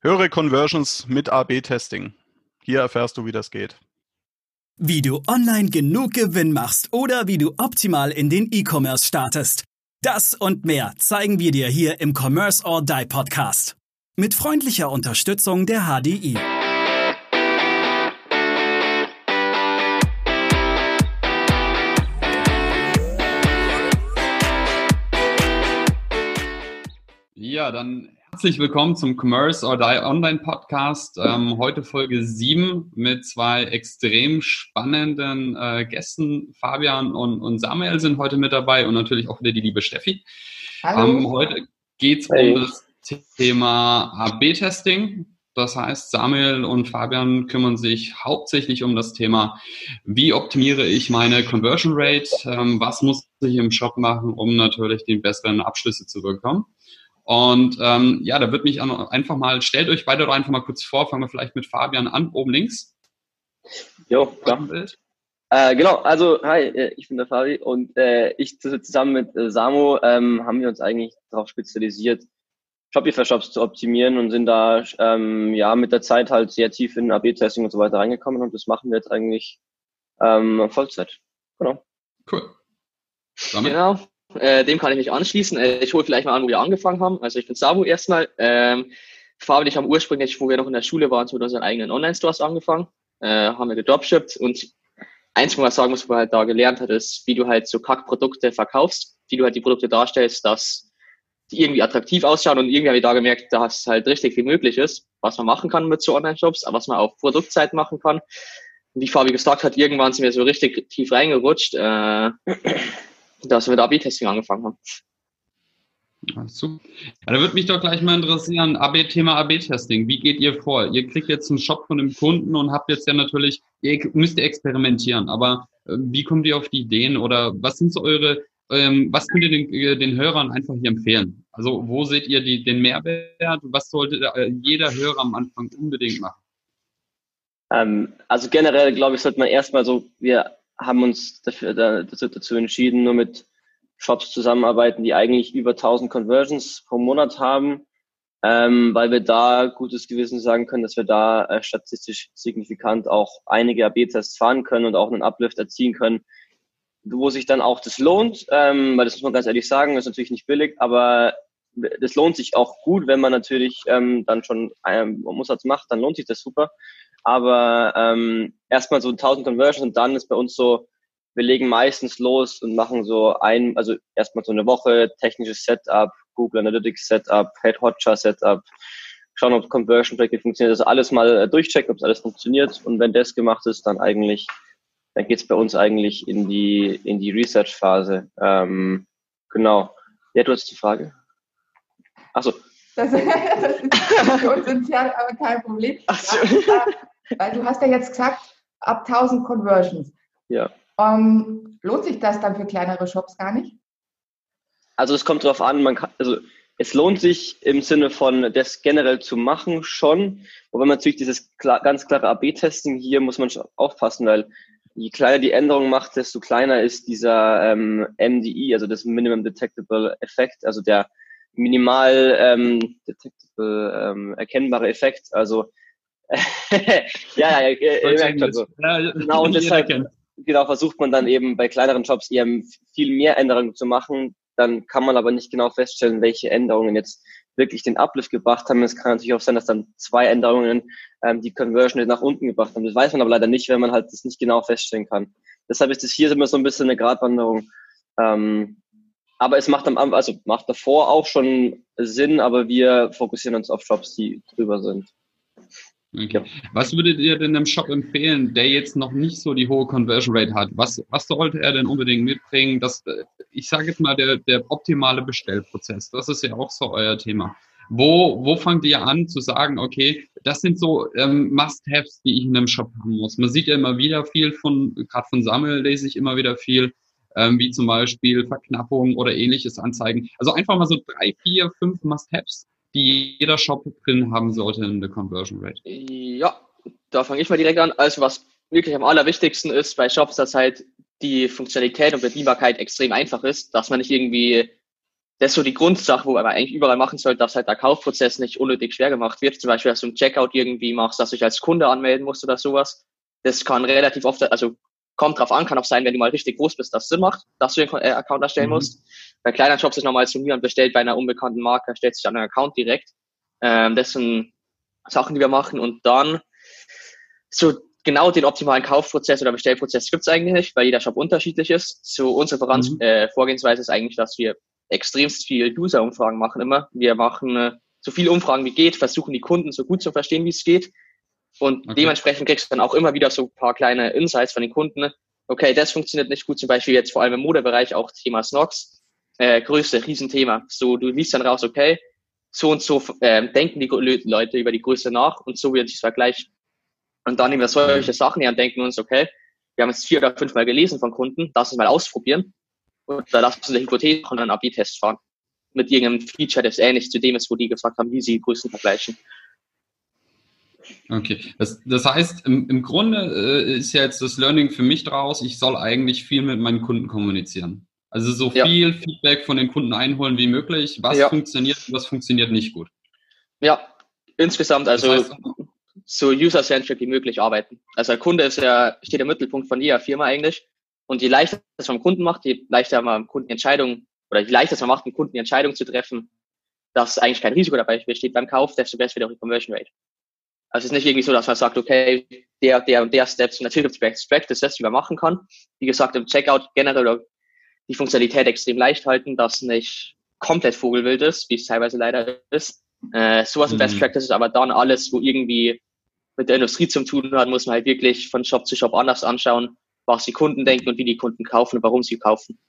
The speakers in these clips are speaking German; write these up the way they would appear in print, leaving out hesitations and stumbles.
Höhere Conversions mit A/B-Testing. Hier erfährst du, wie das geht. Wie du online genug Gewinn machst oder wie du optimal in den E-Commerce startest. Das und mehr zeigen wir dir hier im Commerce or Die Podcast. Mit freundlicher Unterstützung der HDI. Ja, dann herzlich willkommen zum Commerce or Die Online Podcast. Heute Folge 7 mit zwei extrem spannenden Gästen. Fabian und Samuel sind heute mit dabei und natürlich auch wieder die liebe Steffi. Hallo. Heute geht es um das Thema A/B-Testing. Das heißt, Samuel und Fabian kümmern sich hauptsächlich um das Thema, wie optimiere ich meine Conversion Rate, was muss ich im Shop machen, um natürlich die besseren Abschlüsse zu bekommen. Und da wird mich einfach mal, stellt euch beide doch einfach mal kurz vor, fangen wir vielleicht mit Fabian an, oben links. Jo, klar. Genau, also hi, ich bin der Fabi und ich zusammen mit Samu haben wir uns eigentlich darauf spezialisiert, Shopify-Shops zu optimieren und sind da mit der Zeit halt sehr tief in A/B-Testing und so weiter reingekommen und das machen wir jetzt eigentlich Vollzeit. Genau. Cool. Damit? Genau. Dem kann ich mich anschließen. Ich hole vielleicht mal an, wo wir angefangen haben. Also ich bin Samu erstmal. Fabi und ich haben ursprünglich, wo wir noch in der Schule waren, mit unseren eigenen Online-Stores angefangen. Haben wir gedropshippt und eins, wo man sagen muss, was man halt da gelernt hat, ist, wie du halt so Kackprodukte verkaufst, wie du halt die Produkte darstellst, dass die irgendwie attraktiv ausschauen und irgendwie habe ich da gemerkt, dass halt richtig viel möglich ist, was man machen kann mit so Online-Shops, aber was man auf Produktseiten machen kann. Und wie Fabi gesagt hat, irgendwann sind wir so richtig tief reingerutscht, dass wir mit A/B-Testing angefangen haben. Super. Ja, da würde mich doch gleich mal interessieren, Thema A/B-Testing. Wie geht ihr vor? Ihr kriegt jetzt einen Shop von einem Kunden und habt jetzt ja natürlich, müsst ihr experimentieren, aber wie kommt ihr auf die Ideen oder was sind so was könnt ihr den Hörern einfach hier empfehlen? Also wo seht ihr den Mehrwert? Was sollte jeder Hörer am Anfang unbedingt machen? Also generell, glaube ich, sollte man erstmal wir haben uns dazu entschieden, nur mit Shops zusammenarbeiten, die eigentlich über 1000 Conversions pro Monat haben, weil wir da gutes Gewissen sagen können, dass wir da statistisch signifikant auch einige A/B-Tests fahren können und auch einen Uplift erzielen können, wo sich dann auch das lohnt, weil das muss man ganz ehrlich sagen, das ist natürlich nicht billig, aber das lohnt sich auch gut, wenn man natürlich dann schon einen Umsatz macht, dann lohnt sich das super. Aber erstmal so 1000 Conversions und dann ist bei uns so, wir legen meistens los und machen also erstmal so eine Woche technisches Setup, Google Analytics Setup, Paid Hotjar Setup, schauen, ob Conversion Tracking funktioniert, also alles mal durchchecken, ob es alles funktioniert und wenn das gemacht ist, dann geht's bei uns eigentlich in die Research-Phase. Genau. Ja, du hast die Frage. Achso. Das ist für uns intern aber kein Problem. So. Weil du hast ja jetzt gesagt, ab 1000 Conversions. Ja. Lohnt sich das dann für kleinere Shops gar nicht? Also es kommt drauf an, es lohnt sich im Sinne von das generell zu machen schon. Wobei man natürlich dieses ganz klare A/B-Testing hier muss man schon aufpassen, weil je kleiner die Änderung macht, desto kleiner ist dieser MDE, also das Minimum Detectable Effekt, also der minimal detectable erkennbare Effekt. Also ihr merkt schon so. Genau, und deshalb versucht man dann eben bei kleineren Shops eher viel mehr Änderungen zu machen. Dann kann man aber nicht genau feststellen, welche Änderungen jetzt wirklich den Uplift gebracht haben. Es kann natürlich auch sein, dass dann 2 Änderungen die Conversion nach unten gebracht haben. Das weiß man aber leider nicht, wenn man halt das nicht genau feststellen kann. Deshalb ist das hier immer so ein bisschen eine Gratwanderung. Aber es macht macht davor auch schon Sinn, aber wir fokussieren uns auf Shops, die drüber sind. Okay. Was würdet ihr denn dem Shop empfehlen, der jetzt noch nicht so die hohe Conversion Rate hat? Was sollte er denn unbedingt mitbringen? Ich sage jetzt mal, der optimale Bestellprozess, das ist ja auch so euer Thema. Wo fangt ihr an zu sagen, okay, das sind so Must-Haves, die ich in einem Shop haben muss? Man sieht ja immer wieder viel gerade von Samuel lese ich immer wieder viel, wie zum Beispiel Verknappung oder ähnliches anzeigen. Also einfach mal so 3, 4, 5 Must-Haves, die jeder Shop drin haben sollte in der Conversion Rate. Ja, da fange ich mal direkt an. Also was wirklich am allerwichtigsten ist bei Shops, dass halt die Funktionalität und Bedienbarkeit extrem einfach ist, dass man nicht irgendwie das ist so die Grundsache, wo man eigentlich überall machen sollte, dass halt der Kaufprozess nicht unnötig schwer gemacht wird. Zum Beispiel, dass du im Checkout irgendwie machst, dass du dich als Kunde anmelden musst oder sowas. Das kann relativ oft, also kommt drauf an, kann auch sein, wenn du mal richtig groß bist, dass es Sinn macht, dass du den Account erstellen musst. Bei kleinen Shops ist normal so, niemand bestellt bei einer unbekannten Marke, stellt sich an einen Account direkt. Das sind Sachen, die wir machen. Und dann so genau den optimalen Kaufprozess oder Bestellprozess gibt's eigentlich nicht, weil jeder Shop unterschiedlich ist. So unsere Vorgehensweise ist eigentlich, dass wir extremst viel User-Umfragen machen immer. Wir machen so viele Umfragen wie geht, versuchen die Kunden so gut zu verstehen, wie es geht. Und dementsprechend kriegst du dann auch immer wieder so ein paar kleine Insights von den Kunden. Okay, das funktioniert nicht gut, zum Beispiel jetzt vor allem im Modebereich auch Thema Snox. Größe, Riesenthema. So, du liest dann raus, okay, so und so denken die Leute über die Größe nach und so wird sich vergleichen. Und dann nehmen wir solche Sachen her und denken uns, okay, wir haben es 4 oder 5 Mal gelesen von Kunden, lass uns mal ausprobieren. Und da lassen wir eine Hypothese und einen AB-Test fahren. Mit irgendeinem Feature, das ähnlich zu dem ist, wo die gefragt haben, wie sie die Größen vergleichen. Okay, das heißt, im Grunde ist ja jetzt das Learning für mich draus, ich soll eigentlich viel mit meinen Kunden kommunizieren. Also so viel Feedback von den Kunden einholen wie möglich, was funktioniert und was funktioniert nicht gut. Ja, insgesamt also das heißt, so user-centric wie möglich arbeiten. Also der Kunde steht im Mittelpunkt von jeder Firma eigentlich. Und je leichter das man Kunden macht, je leichter man dem Kunden Entscheidungen oder je leichter es man macht, dem Kunden die Entscheidung zu treffen, dass eigentlich kein Risiko dabei besteht beim Kauf, desto besser wird auch die Conversion Rate. Also es ist nicht irgendwie so, dass man sagt, okay, der und der Steps, natürlich gibt es Best Practices, die man machen kann. Wie gesagt, im Checkout generell die Funktionalität extrem leicht halten, dass nicht komplett vogelwild ist, wie es teilweise leider ist. Sowas im Best Practices, aber dann alles, wo irgendwie mit der Industrie zu tun hat, muss man halt wirklich von Shop zu Shop anders anschauen, was die Kunden denken und wie die Kunden kaufen und warum sie kaufen.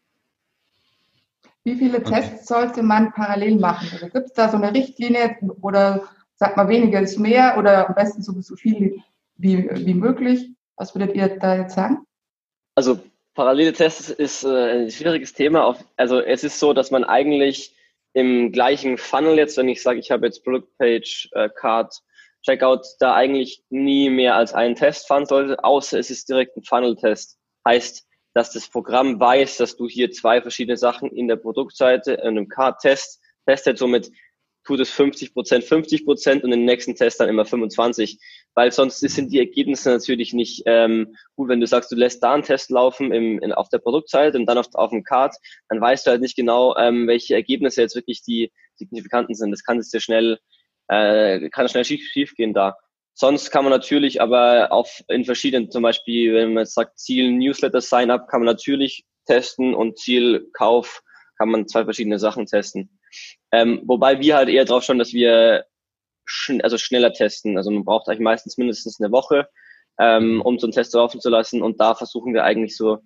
Wie viele Tests sollte man parallel machen? Also gibt es da so eine Richtlinie oder sagt man, weniger ist mehr oder am besten so viel wie möglich? Was würdet ihr da jetzt sagen? Also parallele Tests ist ein schwieriges Thema. Also es ist so, dass man eigentlich im gleichen Funnel jetzt, wenn ich sage, ich habe jetzt Product Page, Cart, Checkout, da eigentlich nie mehr als einen Test fahren sollte, außer es ist direkt ein Funnel-Test. Heißt, dass das Programm weiß, dass du hier 2 verschiedene Sachen in der Produktseite, in einem Cart-Test testet, somit tut es 50% und im nächsten Test dann immer 25%, weil sonst sind die Ergebnisse natürlich nicht gut, wenn du sagst, du lässt da einen Test laufen auf der Produktseite und dann auf dem Cart, dann weißt du halt nicht genau, welche Ergebnisse jetzt wirklich die signifikanten sind. Das kann schnell schief gehen da. Sonst kann man natürlich aber in verschiedenen, zum Beispiel, wenn man jetzt sagt, Ziel Newsletter Sign-up, kann man natürlich testen und Ziel Kauf kann man 2 verschiedene Sachen testen. Wobei wir halt eher drauf schauen, dass wir schneller testen. Also man braucht eigentlich meistens mindestens eine Woche, um so einen Test laufen zu lassen. Und da versuchen wir eigentlich so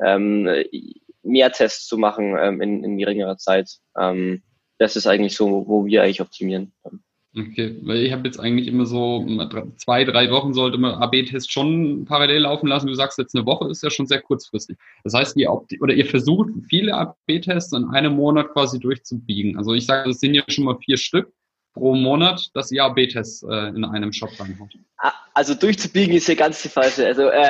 mehr Tests zu machen in geringerer Zeit. Das ist eigentlich so, wo wir eigentlich optimieren. Okay, weil ich habe jetzt eigentlich immer so 2-3 Wochen sollte man AB-Test schon parallel laufen lassen. Du sagst jetzt eine Woche ist ja schon sehr kurzfristig. Das heißt, ihr versucht viele AB-Tests in einem Monat quasi durchzubiegen. Also ich sage, das sind ja schon mal 4 Stück pro Monat, dass ihr AB-Tests in einem Shop reinhaut. Also durchzubiegen ist hier ganz die falsche.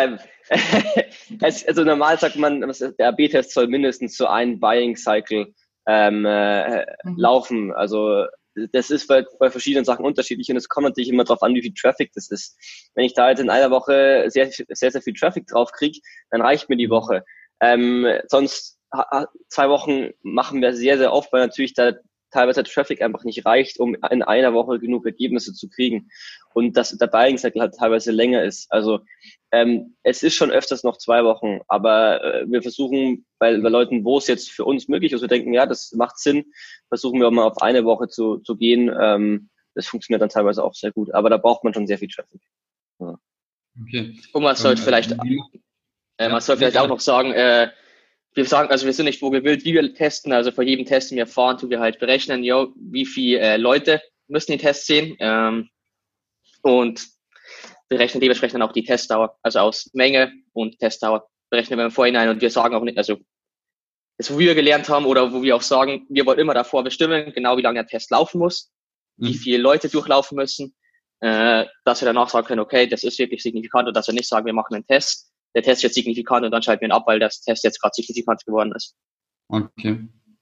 Also normal sagt man, der AB-Test soll mindestens so einen Buying-Cycle laufen. Also das ist bei verschiedenen Sachen unterschiedlich und es kommt natürlich immer darauf an, wie viel Traffic das ist. Wenn ich da jetzt in einer Woche sehr, sehr, sehr viel Traffic drauf kriege, dann reicht mir die Woche. Sonst 2 Wochen machen wir sehr, sehr oft, weil natürlich da teilweise der Traffic einfach nicht reicht, um in einer Woche genug Ergebnisse zu kriegen. Und dass der Buying Cycle halt teilweise länger ist. Also es ist schon öfters noch 2 Wochen, aber wir versuchen bei Leuten, wo es jetzt für uns möglich ist, wir denken, ja, das macht Sinn, versuchen wir auch mal auf eine Woche zu gehen. Das funktioniert dann teilweise auch sehr gut, aber da braucht man schon sehr viel Traffic. Ja. Okay. Und man sollte vielleicht auch noch sagen, wir sind nicht wo gewillt, wie wir testen, also vor jedem Test, den wir fahren, tun wir halt berechnen, wie viele Leute müssen den Test sehen und berechnen dementsprechend dann auch die Testdauer, also aus Menge und Testdauer berechnen wir im Vorhinein und wir sagen auch nicht, also das, wo wir gelernt haben oder wo wir auch sagen, wir wollen immer davor bestimmen, genau wie lange der Test laufen muss, wie viele Leute durchlaufen müssen, dass wir danach sagen können, okay, das ist wirklich signifikant und dass wir nicht sagen, wir machen einen Test, der Test ist jetzt signifikant und dann schalten wir ihn ab, weil das Test jetzt gerade signifikant geworden ist. Okay.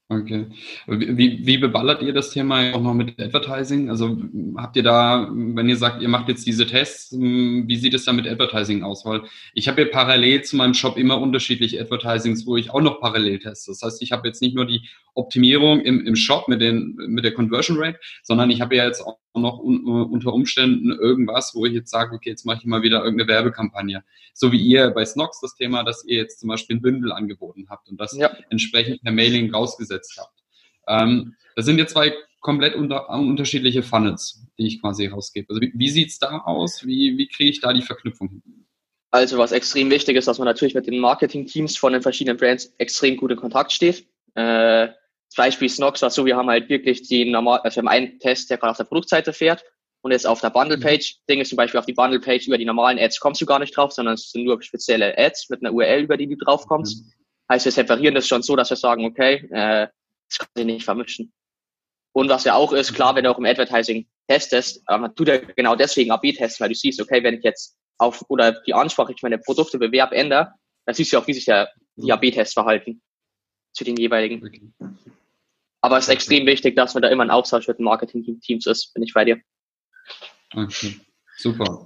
Okay. Wie beballert ihr das Thema auch noch mit Advertising? Also habt ihr da, wenn ihr sagt, ihr macht jetzt diese Tests, wie sieht es da mit Advertising aus? Weil ich habe ja parallel zu meinem Shop immer unterschiedliche Advertisings, wo ich auch noch parallel teste. Das heißt, ich habe jetzt nicht nur die Optimierung im Shop mit der Conversion Rate, sondern ich habe ja jetzt auch noch unter Umständen irgendwas, wo ich jetzt sage, okay, jetzt mache ich mal wieder irgendeine Werbekampagne. So wie ihr bei Snox das Thema, dass ihr jetzt zum Beispiel ein Bündel angeboten habt und das entsprechend per Mailing rausgesetzt habt. Das sind jetzt zwei komplett unterschiedliche Funnels, die ich quasi rausgebe. Also wie sieht's da aus? Wie kriege ich da die Verknüpfung hin? Also was extrem wichtig ist, dass man natürlich mit den Marketing-Teams von den verschiedenen Brands extrem gut in Kontakt steht. Zum Beispiel Snox war so, wir haben halt wirklich wir haben einen Test, der gerade auf der Produktseite fährt und jetzt auf der Bundle-Page. Ding ist zum Beispiel auf die Bundle-Page über die normalen Ads kommst du gar nicht drauf, sondern es sind nur spezielle Ads mit einer URL, über die du drauf kommst. Heißt, wir separieren das schon so, dass wir sagen, okay, das kann sich nicht vermischen. Und was ja auch ist, klar, wenn du auch im Advertising testest, tut er genau deswegen AB-Tests, weil du siehst, okay, wenn ich jetzt oder die Ansprache, ich meine Produkte, Bewerb ändere, dann siehst du auch, wie sich die AB-Tests verhalten zu den jeweiligen. Okay. Aber es ist extrem wichtig, dass man da immer ein Austausch mit den Marketing-Teams ist, bin ich bei dir. Okay, super.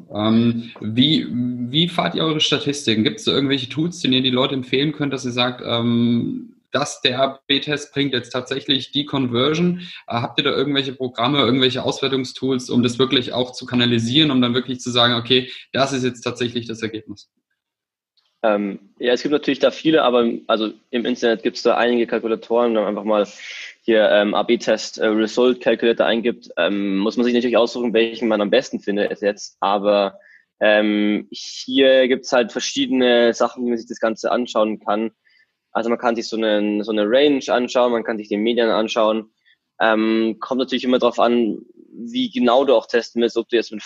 Wie fahrt ihr eure Statistiken? Gibt es da irgendwelche Tools, denen ihr die Leute empfehlen könnt, dass ihr sagt, dass der AB-Test bringt jetzt tatsächlich die Conversion? Habt ihr da irgendwelche Programme, irgendwelche Auswertungstools, um das wirklich auch zu kanalisieren, um dann wirklich zu sagen, okay, das ist jetzt tatsächlich das Ergebnis? Ja, es gibt natürlich da viele, aber also im Internet gibt es da einige Kalkulatoren, wenn man einfach mal hier AB-Test Result Calculator eingibt, muss man sich natürlich aussuchen, welchen man am besten findet jetzt, aber hier gibt es halt verschiedene Sachen, wie man sich das Ganze anschauen kann. Also man kann sich so eine Range anschauen, man kann sich den Median anschauen. Kommt natürlich immer darauf an, wie genau du auch testen willst, ob du jetzt mit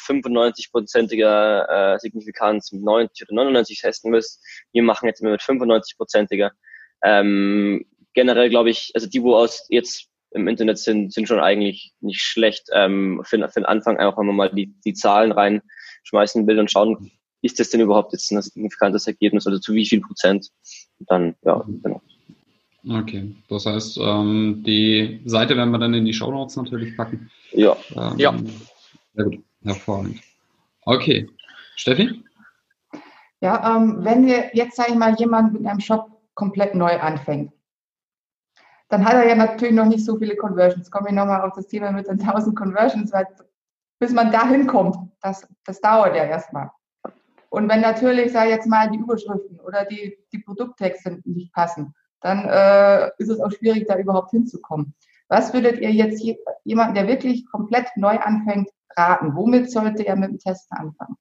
95%iger Signifikanz, mit 90 oder 99 testen willst. Wir machen jetzt immer mit 95%iger. Generell glaube ich, also die, wo jetzt im Internet sind schon eigentlich nicht schlecht. Für den Anfang einfach mal die Zahlen reinschmeißen will und schauen, ist das denn überhaupt jetzt ein signifikantes Ergebnis oder zu wie viel Prozent? Und dann, ja, genau. Okay, das heißt, die Seite werden wir dann in die Shownotes natürlich packen. Ja. Ja. Sehr gut, hervorragend. Okay, Steffi? Ja, wenn wir jetzt, sage ich mal, jemand mit einem Shop komplett neu anfängt, dann hat er ja natürlich noch nicht so viele Conversions. Komme ich nochmal auf das Thema mit den 1000 Conversions, weil bis man da hinkommt, das dauert ja erstmal. Und wenn natürlich, sage ich jetzt mal, die Überschriften oder die Produkttexte nicht passen, dann ist es auch schwierig, da überhaupt hinzukommen. Was würdet ihr jetzt jemanden, der wirklich komplett neu anfängt, raten? Womit sollte er mit dem Testen anfangen?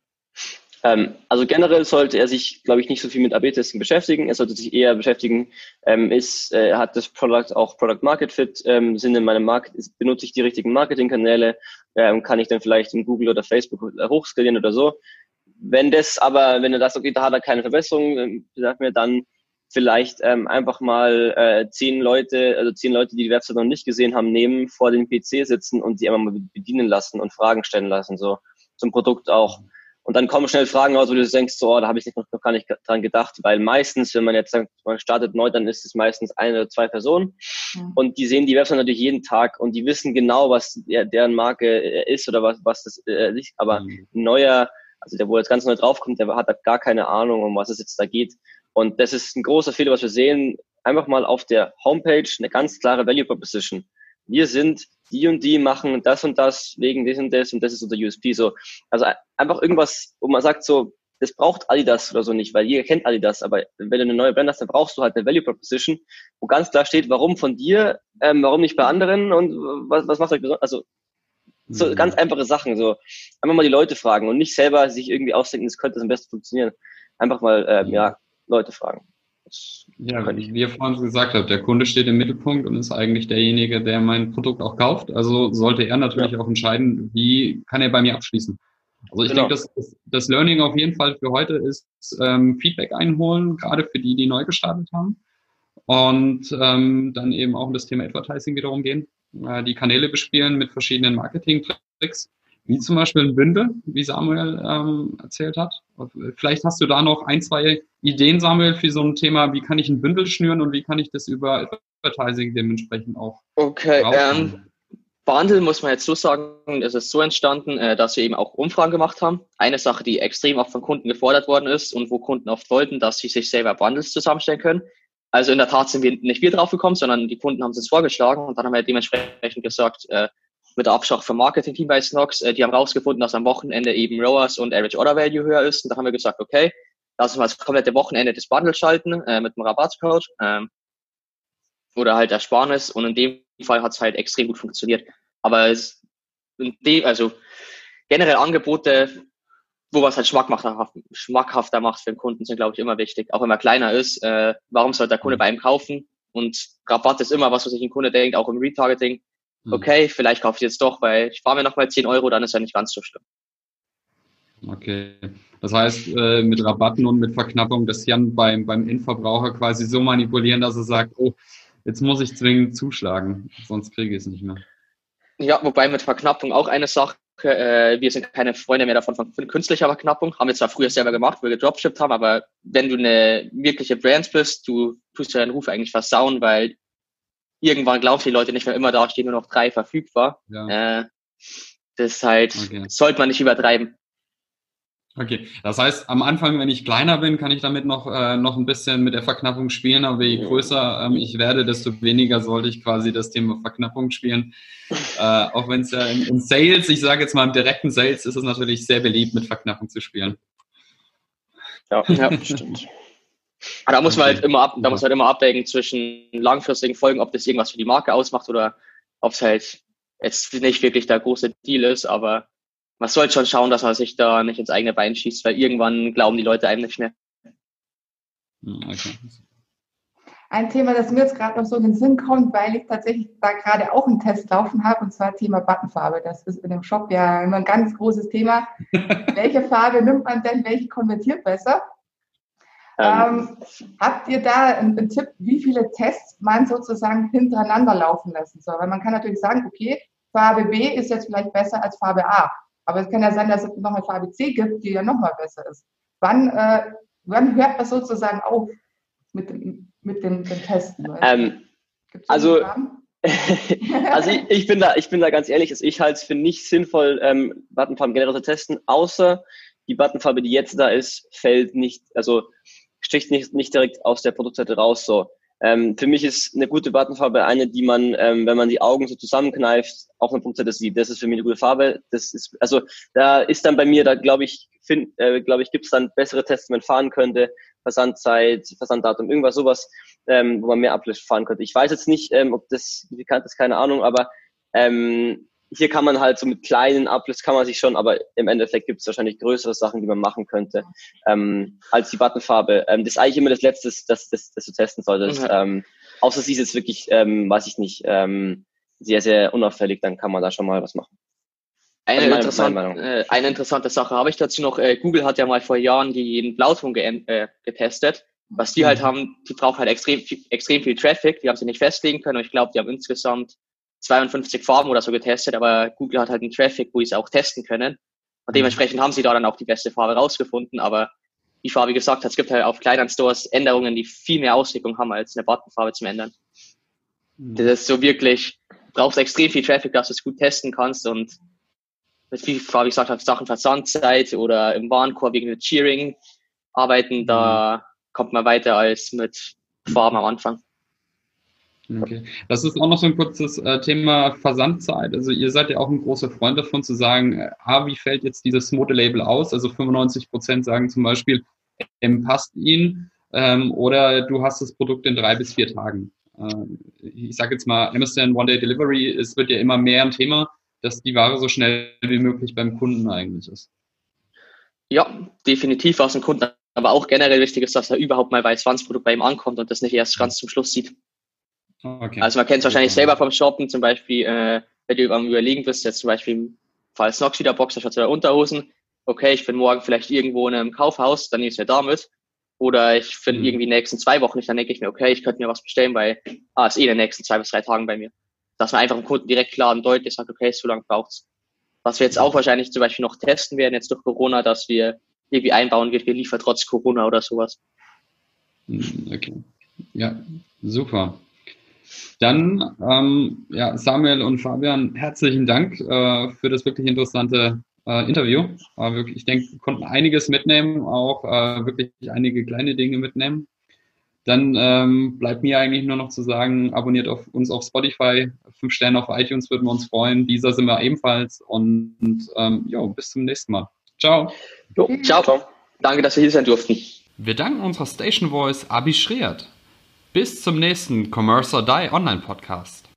Also generell sollte er sich, glaube ich, nicht so viel mit AB-Testing beschäftigen. Er sollte sich eher beschäftigen, hat das Product auch Product Market Fit, sind in meinem Markt, benutze ich die richtigen Marketingkanäle, kann ich dann vielleicht in Google oder Facebook hochskalieren oder so. Wenn er das, okay, da hat er keine Verbesserung, sagt mir dann vielleicht einfach mal 10 Leute, die die Website noch nicht gesehen haben, nehmen, vor dem PC sitzen und die einfach mal bedienen lassen und Fragen stellen lassen, so zum Produkt auch. Und dann kommen schnell Fragen raus, wo du denkst, so, da habe ich noch gar nicht dran gedacht, weil meistens, wenn man jetzt sagt, man startet neu, dann ist es meistens 1 oder 2 Personen und die sehen die Website natürlich jeden Tag und die wissen genau, was deren Marke ist oder was das ist, aber neuer, also der, wo jetzt ganz neu draufkommt, der hat gar keine Ahnung, um was es jetzt da geht. Und das ist ein großer Fehler, was wir sehen. Einfach mal auf der Homepage eine ganz klare Value Proposition. Wir sind die und die, machen das und das wegen das und das ist unser USP. So, also einfach irgendwas, wo man sagt so, das braucht Adidas oder so nicht, weil jeder kennt Adidas. Aber wenn du eine neue Brand hast, dann brauchst du halt eine Value Proposition, wo ganz klar steht, warum von dir, warum nicht bei anderen und was macht euch besonders. Also so ganz einfache Sachen. So einfach mal die Leute fragen und nicht selber sich irgendwie ausdenken, das könnte am besten funktionieren. Einfach mal Leute fragen. Ja, wie ihr vorhin gesagt habt, der Kunde steht im Mittelpunkt und ist eigentlich derjenige, der mein Produkt auch kauft. Also sollte er natürlich auch entscheiden, wie kann er bei mir abschließen. Also ich denke, das Learning auf jeden Fall für heute ist Feedback einholen, gerade für die neu gestartet haben. Und dann eben auch um das Thema Advertising wiederum gehen. Die Kanäle bespielen mit verschiedenen Marketing-Tricks, wie zum Beispiel ein Bündel, wie Samuel erzählt hat. Vielleicht hast du da noch 1, 2 Ideen, Samuel, für so ein Thema, wie kann ich ein Bündel schnüren und wie kann ich das über Advertising dementsprechend auch Okay, rauskommt? Bundle muss man jetzt so sagen, es ist so entstanden, dass wir eben auch Umfragen gemacht haben. Eine Sache, die extrem oft von Kunden gefordert worden ist und wo Kunden oft wollten, dass sie sich selber Bundles zusammenstellen können. Also in der Tat sind nicht wir drauf gekommen, sondern die Kunden haben es uns vorgeschlagen und dann haben wir dementsprechend gesagt, mit der Absprache vom Marketing-Team bei Snox, die haben rausgefunden, dass am Wochenende eben ROAS und Average Order Value höher ist. Und da haben wir gesagt, okay, lass uns mal das komplette Wochenende das Bundle schalten mit einem Rabattcode oder halt Ersparnis. Und in dem Fall hat es halt extrem gut funktioniert. Aber also generell Angebote, wo was halt schmackhafter macht für den Kunden, sind, glaube ich, immer wichtig. Auch wenn man kleiner ist, warum sollte der Kunde bei ihm kaufen? Und Rabatt ist immer was sich ein Kunde denkt, auch im Retargeting. Okay, vielleicht kaufe ich jetzt doch, weil ich spare mir nochmal 10 Euro, dann ist ja nicht ganz so schlimm. Okay, das heißt, mit Rabatten und mit Verknappung das Jan beim Endverbraucher quasi so manipulieren, dass er sagt, oh, jetzt muss ich zwingend zuschlagen, sonst kriege ich es nicht mehr. Ja, wobei mit Verknappung auch eine Sache, wir sind keine Freunde mehr davon von künstlicher Verknappung, haben wir zwar früher selber gemacht, wo wir gedropshippt haben, aber wenn du eine wirkliche Brand bist, du tust ja deinen Ruf eigentlich versauen, weil irgendwann glauben die Leute nicht mehr, immer da stehen nur noch 3 verfügbar. Ja. Das ist halt, sollte man nicht übertreiben. Okay, das heißt, am Anfang, wenn ich kleiner bin, kann ich damit noch ein bisschen mit der Verknappung spielen, aber je größer ich werde, desto weniger sollte ich quasi das Thema Verknappung spielen. Auch wenn es ja im Sales, ich sage jetzt mal im direkten Sales, ist es natürlich sehr beliebt, mit Verknappung zu spielen. Ja, stimmt. Aber da muss man halt immer abwägen zwischen langfristigen Folgen, ob das irgendwas für die Marke ausmacht oder ob es halt jetzt nicht wirklich der große Deal ist, aber man sollte schon schauen, dass man sich da nicht ins eigene Bein schießt, weil irgendwann glauben die Leute einem nicht mehr. Okay. Ein Thema, das mir jetzt gerade noch so in den Sinn kommt, weil ich tatsächlich da gerade auch einen Test laufen habe, und zwar Thema Buttonfarbe. Das ist in dem Shop ja immer ein ganz großes Thema. Welche Farbe nimmt man denn, welche konvertiert besser? Habt ihr da einen Tipp, wie viele Tests man sozusagen hintereinander laufen lassen soll? Weil man kann natürlich sagen, okay, Farbe B ist jetzt vielleicht besser als Farbe A. Aber es kann ja sein, dass es noch eine Farbe C gibt, die ja nochmal besser ist. Wann hört man sozusagen auf mit dem Testen? Also ich bin da ganz ehrlich, ich halte es für nicht sinnvoll, Buttonfarben generell zu testen, außer die Buttonfarbe, die jetzt da ist, sticht nicht direkt aus der Produktseite raus. So. Für mich ist eine gute Buttonfarbe eine, die man, wenn man die Augen so zusammenkneift, auf einer Produktseite sieht. Das ist für mich eine gute Farbe. Da ist dann bei mir, glaube ich, gibt es dann bessere Tests, die man fahren könnte. Versandzeit, Versanddatum, irgendwas sowas, wo man mehr Uplift fahren könnte. Ich weiß jetzt nicht, ob das signifikant ist, keine Ahnung, aber hier kann man halt so mit kleinen Uplifts kann man sich schon, aber im Endeffekt gibt es wahrscheinlich größere Sachen, die man machen könnte, als die Buttonfarbe. Das ist eigentlich immer das Letzte, das du testen solltest. Außer sie ist jetzt wirklich, weiß ich nicht, sehr, sehr unauffällig, dann kann man da schon mal was machen. Eine interessante Sache habe ich dazu noch. Google hat ja mal vor Jahren den Blauton getestet. Was die halt haben, die brauchen halt extrem viel Traffic. Die haben sie nicht festlegen können. Und ich glaube, die haben insgesamt 52 Farben oder so getestet. Aber Google hat halt einen Traffic, wo sie es auch testen können. Und dementsprechend haben sie da dann auch die beste Farbe rausgefunden. Aber wie Fabi gesagt hat, es gibt halt auf kleineren Stores Änderungen, die viel mehr Auswirkungen haben, als eine Buttonfarbe zum Ändern. Das ist so wirklich, du brauchst extrem viel Traffic, dass du es gut testen kannst. Und mit wie Fabi gesagt hat, Sachen Versandzeit oder im Warenkorb wegen mit Cheering arbeiten, da kommt man weiter als mit Farben am Anfang. Okay. Das ist auch noch so ein kurzes Thema Versandzeit. Also ihr seid ja auch ein großer Freund davon zu sagen, wie fällt jetzt dieses Modelabel aus? Also 95% sagen zum Beispiel, passt ihnen oder du hast das Produkt in 3 bis 4 Tagen. Ich sage jetzt mal, Amazon One-Day-Delivery, es wird ja immer mehr ein Thema, dass die Ware so schnell wie möglich beim Kunden eigentlich ist. Ja, definitiv, was dem Kunden aber auch generell wichtig ist, dass er überhaupt mal weiß, wann das Produkt bei ihm ankommt und das nicht erst ganz zum Schluss sieht. Okay. Also man kennt es wahrscheinlich selber vom Shoppen, zum Beispiel, wenn du am Überlegen bist, jetzt zum Beispiel im Fall Snox wieder Boxershorts oder Unterhosen, okay, ich bin morgen vielleicht irgendwo in einem Kaufhaus, dann nehme ich es mir damit. Oder ich finde irgendwie in den nächsten 2 Wochen nicht, dann denke ich mir, okay, ich könnte mir was bestellen, weil ist in den nächsten 2 bis 3 Tagen bei mir. Dass man einfach dem Kunden direkt klar und deutlich sagt, okay, so lange braucht's. Was wir jetzt auch wahrscheinlich zum Beispiel noch testen werden, jetzt durch Corona, dass wir irgendwie einbauen wird, wir liefern trotz Corona oder sowas. Okay. Ja, super. Dann, Samuel und Fabian, herzlichen Dank für das wirklich interessante Interview. Wirklich, ich denke, wir konnten einiges mitnehmen, auch wirklich einige kleine Dinge mitnehmen. Dann bleibt mir eigentlich nur noch zu sagen, abonniert uns auf Spotify, 5 Sterne auf iTunes würden wir uns freuen. Dieser sind wir ebenfalls und bis zum nächsten Mal. Ciao. Jo, ciao, Tom. Danke, dass wir hier sein durften. Wir danken unserer Station Voice Abi Schreert. Bis zum nächsten Commerce or Die Online Podcast.